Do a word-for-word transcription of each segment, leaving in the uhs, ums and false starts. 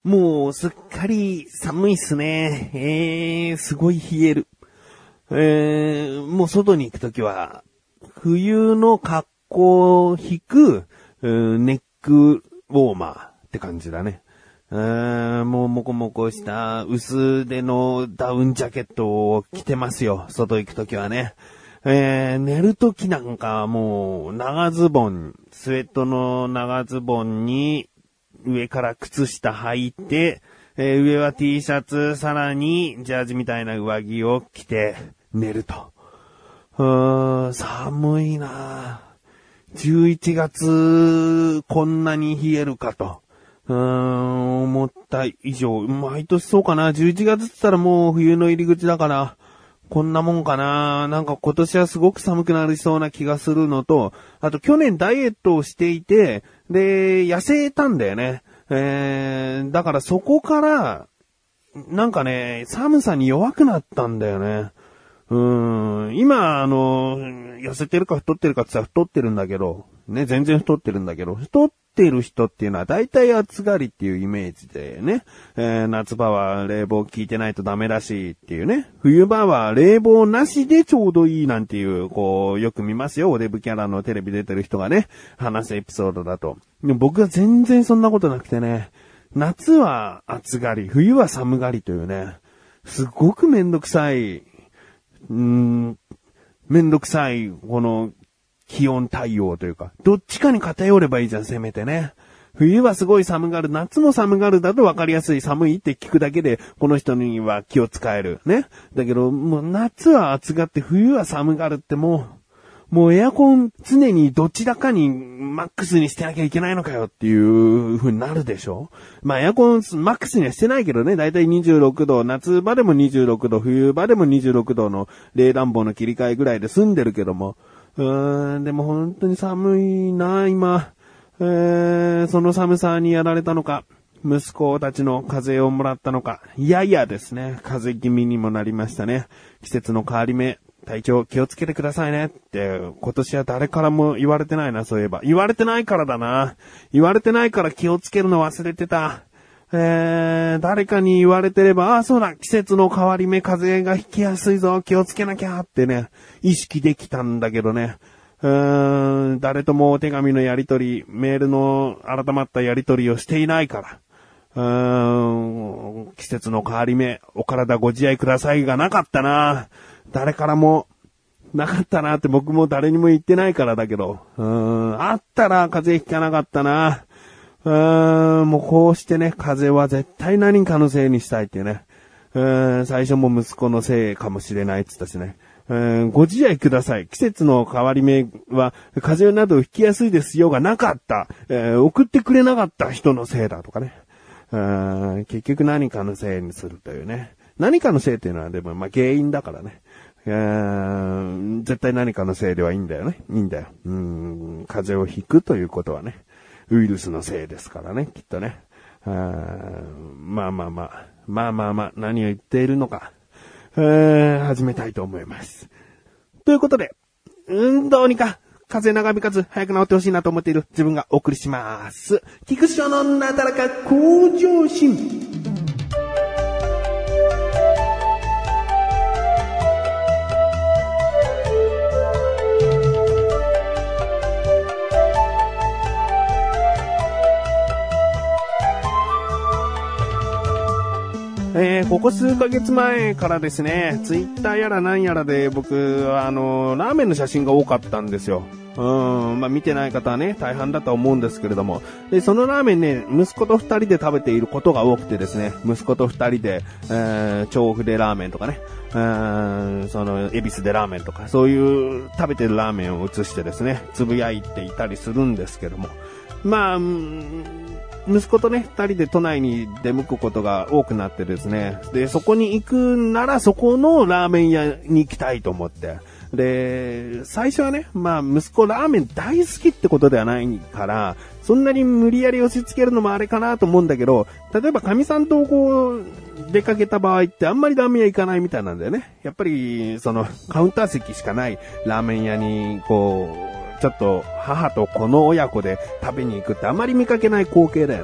もうすっかり寒いっすね。えー、すごい冷える。えー、もう外に行くときは、冬の格好を引く、ネックウォーマーって感じだね。えー、もうもこもこした薄手のダウンジャケットを着てますよ。外行くときはね。えー、寝るときなんかもう長ズボン、スウェットの長ズボンに上から靴下履いて、えー、上は T シャツ、さらにジャージみたいな上着を着て寝ると。うーん、寒いなぁ。じゅういちがつこんなに冷えるかと。うーん、思った以上。毎年そうかな。じゅういちがつって言ったらもう冬の入り口だから、こんなもんかな。なんか今年はすごく寒くなりそうな気がするのと、あと去年ダイエットをしていて、で、痩せたんだよね。えー、だからそこから、なんかね、寒さに弱くなったんだよね。うーん、今、あの、痩せてるか太ってるかって言ったら太ってるんだけど、ね、全然太ってるんだけど、太ってる人っていうのは大体暑がりっていうイメージでね、えー、夏場は冷房効いてないとダメだしっていうね、冬場は冷房なしでちょうどいいなんていう、こう、よく見ますよ、おデブキャラのテレビ出てる人がね、話すエピソードだと。でも僕は全然そんなことなくてね、夏は暑がり、冬は寒がりというね、すごくめんどくさい、うーん、めんどくさい、この、気温対応というか、どっちかに偏ればいいじゃん、せめてね。冬はすごい寒がる、夏も寒がるだと分かりやすい、寒いって聞くだけで、この人には気を使える。ね。だけど、もう夏は暑がって、冬は寒がるってもう、もうエアコン常にどちらかにマックスにしてなきゃいけないのかよっていう風になるでしょ。まあエアコンマックスにはしてないけどね、だいたいにじゅうろくど、夏場でもにじゅうろくど、冬場でもにじゅうろくどの冷暖房の切り替えぐらいで済んでるけども、うーん、でも本当に寒いな、今。えー、その寒さにやられたのか、息子たちの風邪をもらったのか、いやいやですね、風邪気味にもなりましたね。季節の変わり目、体調気をつけてくださいねって、今年は誰からも言われてないな、そういえば。言われてないからだな。言われてないから気をつけるの忘れてた。えー、誰かに言われてれば、ああ、そうだ、季節の変わり目、風邪がひきやすいぞ、気をつけなきゃってね、意識できたんだけどね。うーん、誰ともお手紙のやり取り、メールの改まったやり取りをしていないから。うーん、季節の変わり目、お体ご自愛くださいがなかったな。誰からも、なかったなって僕も誰にも言ってないからだけど。うーん、あったら風邪ひかなかったな。うーん、もうこうしてね、風邪は絶対何かのせいにしたいっていうね。うーん、最初も息子のせいかもしれないって言ったしね。うーん、ご自愛ください。季節の変わり目は、風邪などひきやすいですよがなかった。えー、送ってくれなかった人のせいだとかね。うーん、結局何かのせいにするというね。何かのせいっていうのはでも、まあ、原因だからね。うーん、絶対何かのせいではいいんだよね。いいんだよ。うーん、風邪をひくということはね。ウイルスのせいですからね、きっとね。あまあまあまあ、まあまあまあ、何を言っているのか、えー、始めたいと思います。ということで、うん、どうにか、風邪長引かず早く治ってほしいなと思っている自分がお送りします。菊池のなだらか向上心。えー、ここ数ヶ月前からですね、ツイッターやらなんやらで僕はあの、ラーメンの写真が多かったんですよ。うん、まあ、見てない方はね、大半だと思うんですけれども。で、そのラーメンね、息子と二人で食べていることが多くてですね、息子と二人で、えー、調布でラーメンとかね、うーん、その、恵比寿でラーメンとか、そういう食べてるラーメンを映してですね、つぶやいていたりするんですけども。まあ、息子とね、二人で都内に出向くことが多くなってですね。で、そこに行くならそこのラーメン屋に行きたいと思って。で、最初はね、まあ息子ラーメン大好きってことではないから、そんなに無理やり押し付けるのもあれかなと思うんだけど、例えば神さんとこう、出かけた場合ってあんまりラーメン屋行かないみたいなんだよね。やっぱり、その、カウンター席しかないラーメン屋に、こう、ちょっと母と子の親子で食べに行くってあまり見かけない光景だよね。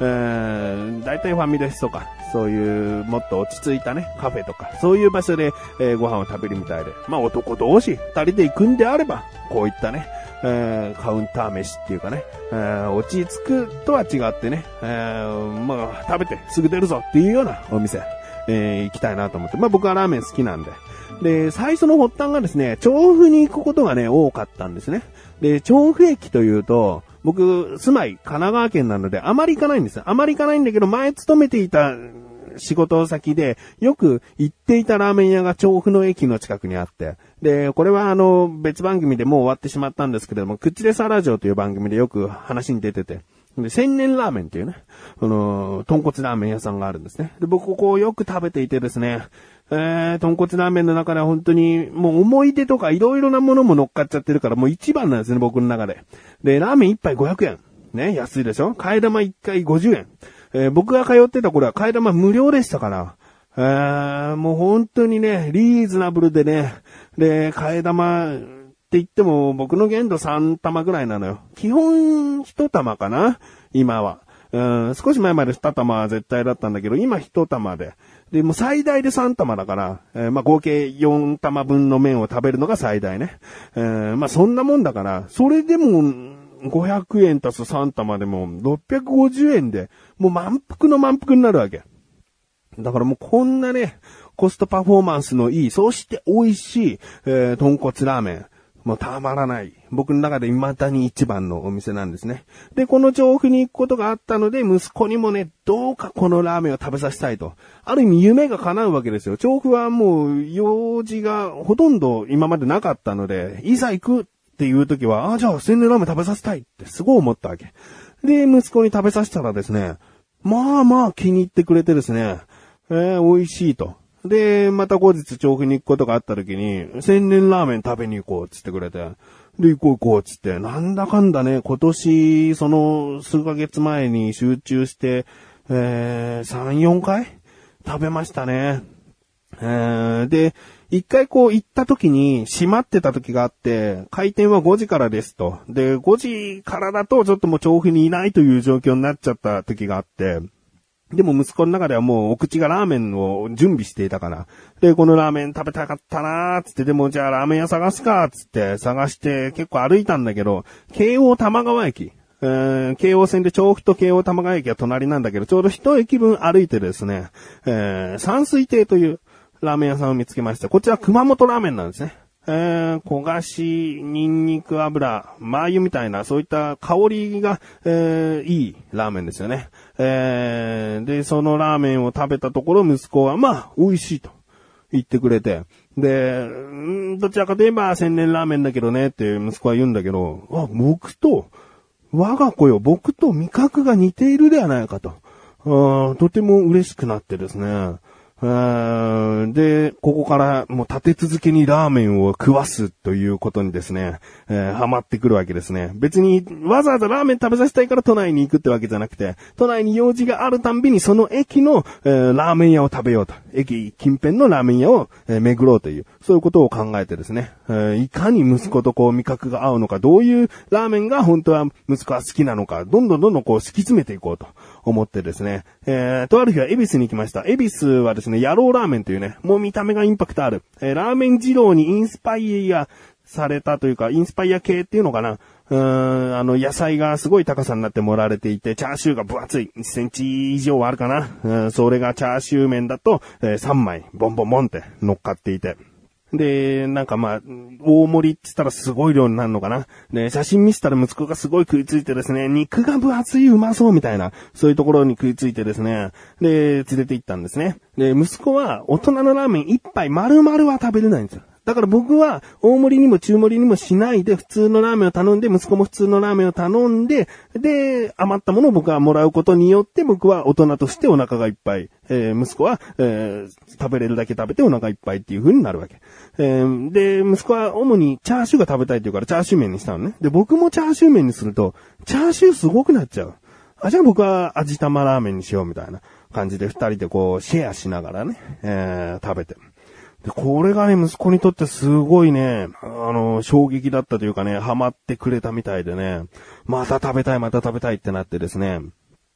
えー、大体ファミレスとか、そういうもっと落ち着いたね、カフェとか、そういう場所で、えー、ご飯を食べるみたいで、まあ男同士、二人で行くんであれば、こういったね、えー、カウンター飯っていうかね、えー、落ち着くとは違ってね、えー、まあ食べてすぐ出るぞっていうようなお店、えー、行きたいなと思って、まあ僕はラーメン好きなんで、で、最初の発端がですね、調布に行くことがね、多かったんですね。で、調布駅というと、僕、住まい、神奈川県なので、あまり行かないんですよ。あまり行かないんだけど、前勤めていた仕事先で、よく行っていたラーメン屋が調布の駅の近くにあって、で、これはあの、別番組でもう終わってしまったんですけれども、クッチレサラジオという番組でよく話に出てて、で、千年ラーメンっていうね、あの、豚骨ラーメン屋さんがあるんですね。で、僕ここをよく食べていてですね、えー、豚骨ラーメンの中では本当にもう思い出とかいろいろなものも乗っかっちゃってるからもう一番なんですね、僕の中で。で、ラーメン一杯ごひゃくえん。ね、安いでしょ？替え玉一回ごじゅうえん。えー、僕が通ってた頃は替え玉無料でしたから、えー、もう本当にね、リーズナブルでね、で、替え玉って言っても僕の限度さん玉ぐらいなのよ。基本いち玉かな？今は。うん、少し前までに玉は絶対だったんだけど、今いち玉で。で、もう最大でさん玉だから、えー、まあ合計よん玉分の麺を食べるのが最大ね。えー、まあそんなもんだから、それでもごひゃくえん足すさん玉でもろっぴゃくごじゅうえんで、もう満腹の満腹になるわけ。だからもうこんなね、コストパフォーマンスのいい、そして美味しい、えー、豚骨ラーメン。もうたまらない。僕の中で未だに一番のお店なんですね。で、この調布に行くことがあったので、息子にもね、どうかこのラーメンを食べさせたいと。ある意味夢が叶うわけですよ。調布はもう用事がほとんど今までなかったので、いざ行くっていう時は、あ、じゃあ千年ラーメン食べさせたいってすごい思ったわけ。で、息子に食べさせたらですね、まあまあ気に入ってくれてですね、えー、美味しいと。で、また後日調布に行くことがあった時に、千年ラーメン食べに行こうっつってくれて、で、行こう行こうっつって、なんだかんだね、今年、その数ヶ月前に集中して、えー、さん、よんかい食べましたね。えー、で、一回こう行った時に閉まってた時があって、開店はごじからですと。で、ごじからだとちょっともう調布にいないという状況になっちゃった時があって、でも息子の中ではもうお口がラーメンを準備していたから。で、このラーメン食べたかったなーつって、でもじゃあラーメン屋探すかーつって探して結構歩いたんだけど、京王玉川駅。えー、京王線で調布と京王玉川駅は隣なんだけど、ちょうど一駅分歩いてですね、えー、山水亭というラーメン屋さんを見つけました。こちら熊本ラーメンなんですね。えー、焦がし、ニンニク油、マー油みたいな、そういった香りが、えー、いいラーメンですよね。えー、で、そのラーメンを食べたところ、息子は、まあ、美味しいと言ってくれて、で、んどちらかといえば、千年ラーメンだけどね、って息子は言うんだけど、あ、僕と、我が子よ、僕と味覚が似ているではないかと、あとても嬉しくなってですね、で、ここからもう立て続けにラーメンを食わすということにですね、えー、ハマってくるわけですね。別にわざわざラーメン食べさせたいから都内に行くってわけじゃなくて、都内に用事があるたんびにその駅の、えー、ラーメン屋を食べようと。駅近辺のラーメン屋を、えー、巡ろうという、そういうことを考えてですね、えー、いかに息子とこう味覚が合うのか、どういうラーメンが本当は息子は好きなのか、どんどんどんどんこう突き詰めていこうと思ってですね、えー、とある日は恵比寿に行きました。恵比寿はですね、野郎ラーメンというね、もう見た目がインパクトある、えー、ラーメン二郎にインスパイアされたというか、インスパイア系っていうのかな、うーん、あの、野菜がすごい高さになって盛られていて、チャーシューが分厚い。いちセンチ以上はあるかな。うん、それがチャーシュー麺だと、えー、さんまい、ボンボンボンって乗っかっていて。で、なんかまあ、大盛りって言ったらすごい量になるのかな。で、写真見せたら息子がすごい食いついてですね、肉が分厚いうまそうみたいな、そういうところに食いついてですね、で、連れて行ったんですね。で、息子は大人のラーメン一杯丸々は食べれないんですよ。だから僕は大盛りにも中盛りにもしないで普通のラーメンを頼んで、息子も普通のラーメンを頼んで、で、余ったものを僕はもらうことによって僕は大人としてお腹がいっぱい、えー、息子は、えー、食べれるだけ食べてお腹いっぱいっていう風になるわけ。えー、で、息子は主にチャーシューが食べたいって言うからチャーシュー麺にしたのね。で、僕もチャーシュー麺にすると、チャーシューすごくなっちゃう。あ、じゃあ僕は味玉ラーメンにしようみたいな感じで二人でこうシェアしながらね、えー、食べて。で、これがね、息子にとってすごいね、あの、衝撃だったというかね、ハマってくれたみたいでね、また食べたい、また食べたいってなってですね。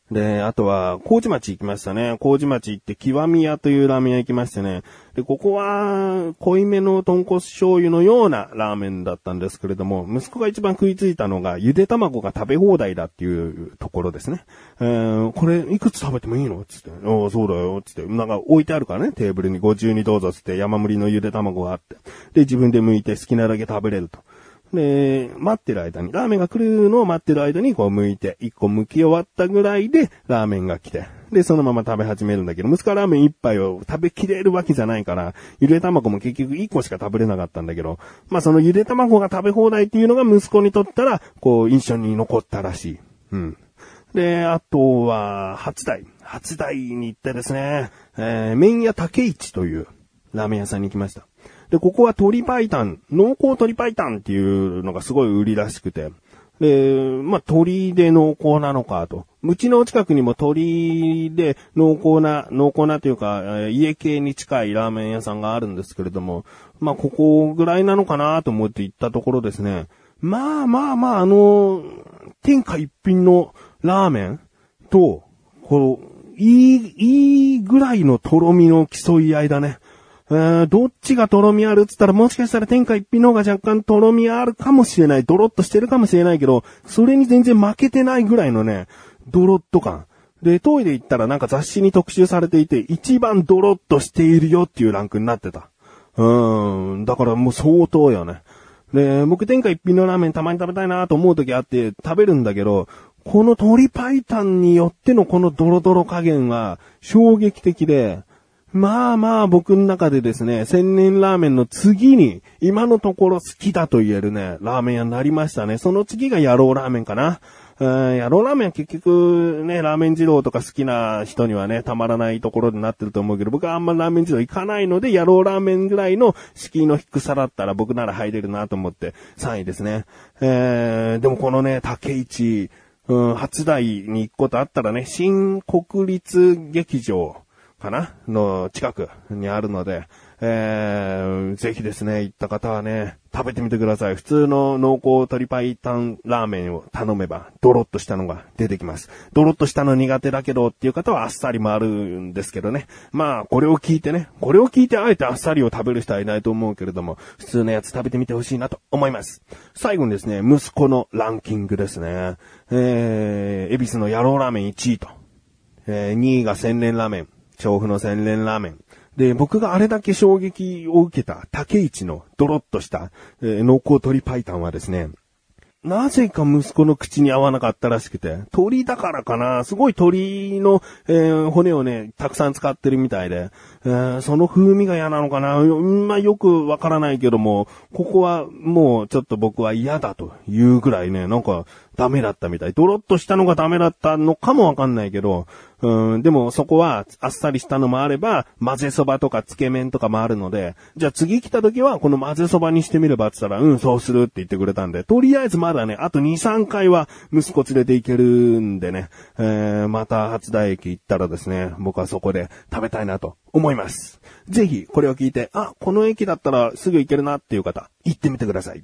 で、あとは、麹町行きましたね。麹町行って、極み屋というラーメン屋行きましてね。で、ここは、濃いめの豚骨醤油のようなラーメンだったんですけれども、息子が一番食いついたのが、ゆで卵が食べ放題だっていうところですね。えー、これ、いくつ食べてもいいのつって。おー、そうだよ。つって。なんか置いてあるからね、テーブルにご自由にどうぞつって山盛りのゆで卵があって。で、自分で剥いて好きなだけ食べれると。で、待ってる間に、ラーメンが来るのを待ってる間にこう剥いて、一個剥き終わったぐらいでラーメンが来て、で、そのまま食べ始めるんだけど、息子はラーメン一杯を食べきれるわけじゃないから、ゆで卵も結局一個しか食べれなかったんだけど、まあそのゆで卵が食べ放題っていうのが息子にとったら、こう印象に残ったらしい。うん。で、あとは、初台。初台に行ってですね、えー、麺屋竹市というラーメン屋さんに行きました。で、ここは鶏白湯、濃厚鶏白湯っていうのがすごい売りらしくて。で、まあ、鶏で濃厚なのかと。うちの近くにも鶏で濃厚な、濃厚なというか、家系に近いラーメン屋さんがあるんですけれども、まあ、ここぐらいなのかなと思って行ったところですね。まあまあまあ、あの、天下一品のラーメンと、こう、いい、いいぐらいのとろみの競い合いだね。えー、どっちがとろみあるっつったらもしかしたら天下一品の方が若干とろみあるかもしれない。ドロッとしてるかもしれないけど、それに全然負けてないぐらいのね、ドロッと感。で、トイレ行ったらなんか雑誌に特集されていて、一番ドロッとしているよっていうランクになってた。うーん、だからもう相当よね。で、僕天下一品のラーメンたまに食べたいなと思う時あって食べるんだけど、この鶏白湯によってのこのドロドロ加減は衝撃的で、まあまあ僕の中でですね、千年ラーメンの次に今のところ好きだと言えるね、ラーメン屋になりましたね。その次が野郎ラーメンかな。うん、野郎ラーメンは結局ね、ラーメン二郎とか好きな人にはね、たまらないところになってると思うけど、僕はあんまラーメン二郎行かないので、野郎ラーメンぐらいの敷居の低さだったら僕なら入れるなと思ってさんいですね。えー、でもこのね、竹市、うん、初台に行くことあったらね、新国立劇場かなの近くにあるので、えー、ぜひですね、行った方はね、食べてみてください。普通の濃厚鶏白湯ラーメンを頼めば、ドロッとしたのが出てきます。ドロッとしたの苦手だけどっていう方はあっさりもあるんですけどね。まあ、これを聞いてね、これを聞いてあえてあっさりを食べる人はいないと思うけれども、普通のやつ食べてみてほしいなと思います。最後にですね、息子のランキングですね。えー、恵比寿の野郎ラーメンいちいと、えー、にいが千年ラーメン。調布の千年ラーメン。で、僕があれだけ衝撃を受けた竹市のドロッとした、えー、濃厚鶏白湯はですね、なぜか息子の口に合わなかったらしくて、鶏だからかな、すごい鶏の、えー、骨をね、たくさん使ってるみたいで、えー、その風味が嫌なのかな、まあ、よくわからないけども、ここはもうちょっと僕は嫌だというぐらいね、なんかダメだったみたい。ドロッとしたのがダメだったのかもわかんないけど、うん、でもそこはあっさりしたのもあれば、混ぜそばとかつけ麺とかもあるので、じゃあ次来た時はこの混ぜそばにしてみればって言ったら、うん、そうするって言ってくれたんで、とりあえずまだね、あとに、さんかいは息子連れて行けるんでね、えー、また初台駅行ったらですね、僕はそこで食べたいなと思います。ぜひこれを聞いて、あ、この駅だったらすぐ行けるなっていう方、行ってみてください。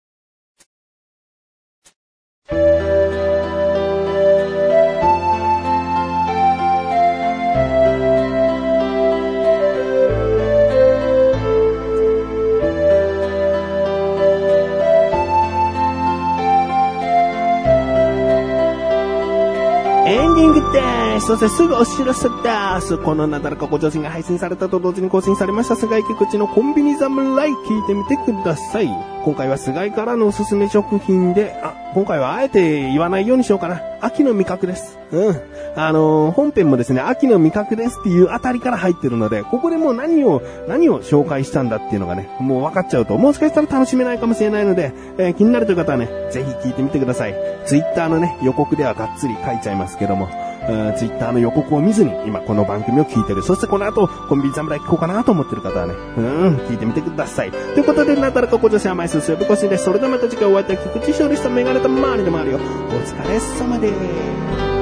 エンディングです。そしてすぐお知らせです。このなだらかご女子が配信されたと同時に更新されました菅井菊池のコンビニ侍、聞いてみてください。今回は菅井からのおすすめ食品で、あ、今回はあえて言わないようにしようかな。秋の味覚です。うん。あのー、本編もですね、秋の味覚ですっていうあたりから入ってるので、ここでもう何を、何を紹介したんだっていうのがね、もう分かっちゃうと、もしかしたら楽しめないかもしれないので、えー、気になるという方はね、ぜひ聞いてみてください。ツイッターのね、予告ではがっつり書いちゃいますけども、ツイッターの予告を見ずに今この番組を聞いてる。そしてこの後コンビニ侍聞こうかなと思ってる方はね、うん、聞いてみてください。ということで、なだらかご女子甘いすすよぶこしです。それではまた次回お会いいたい菊池勝利したメガネと周りの周りをお疲れ様です。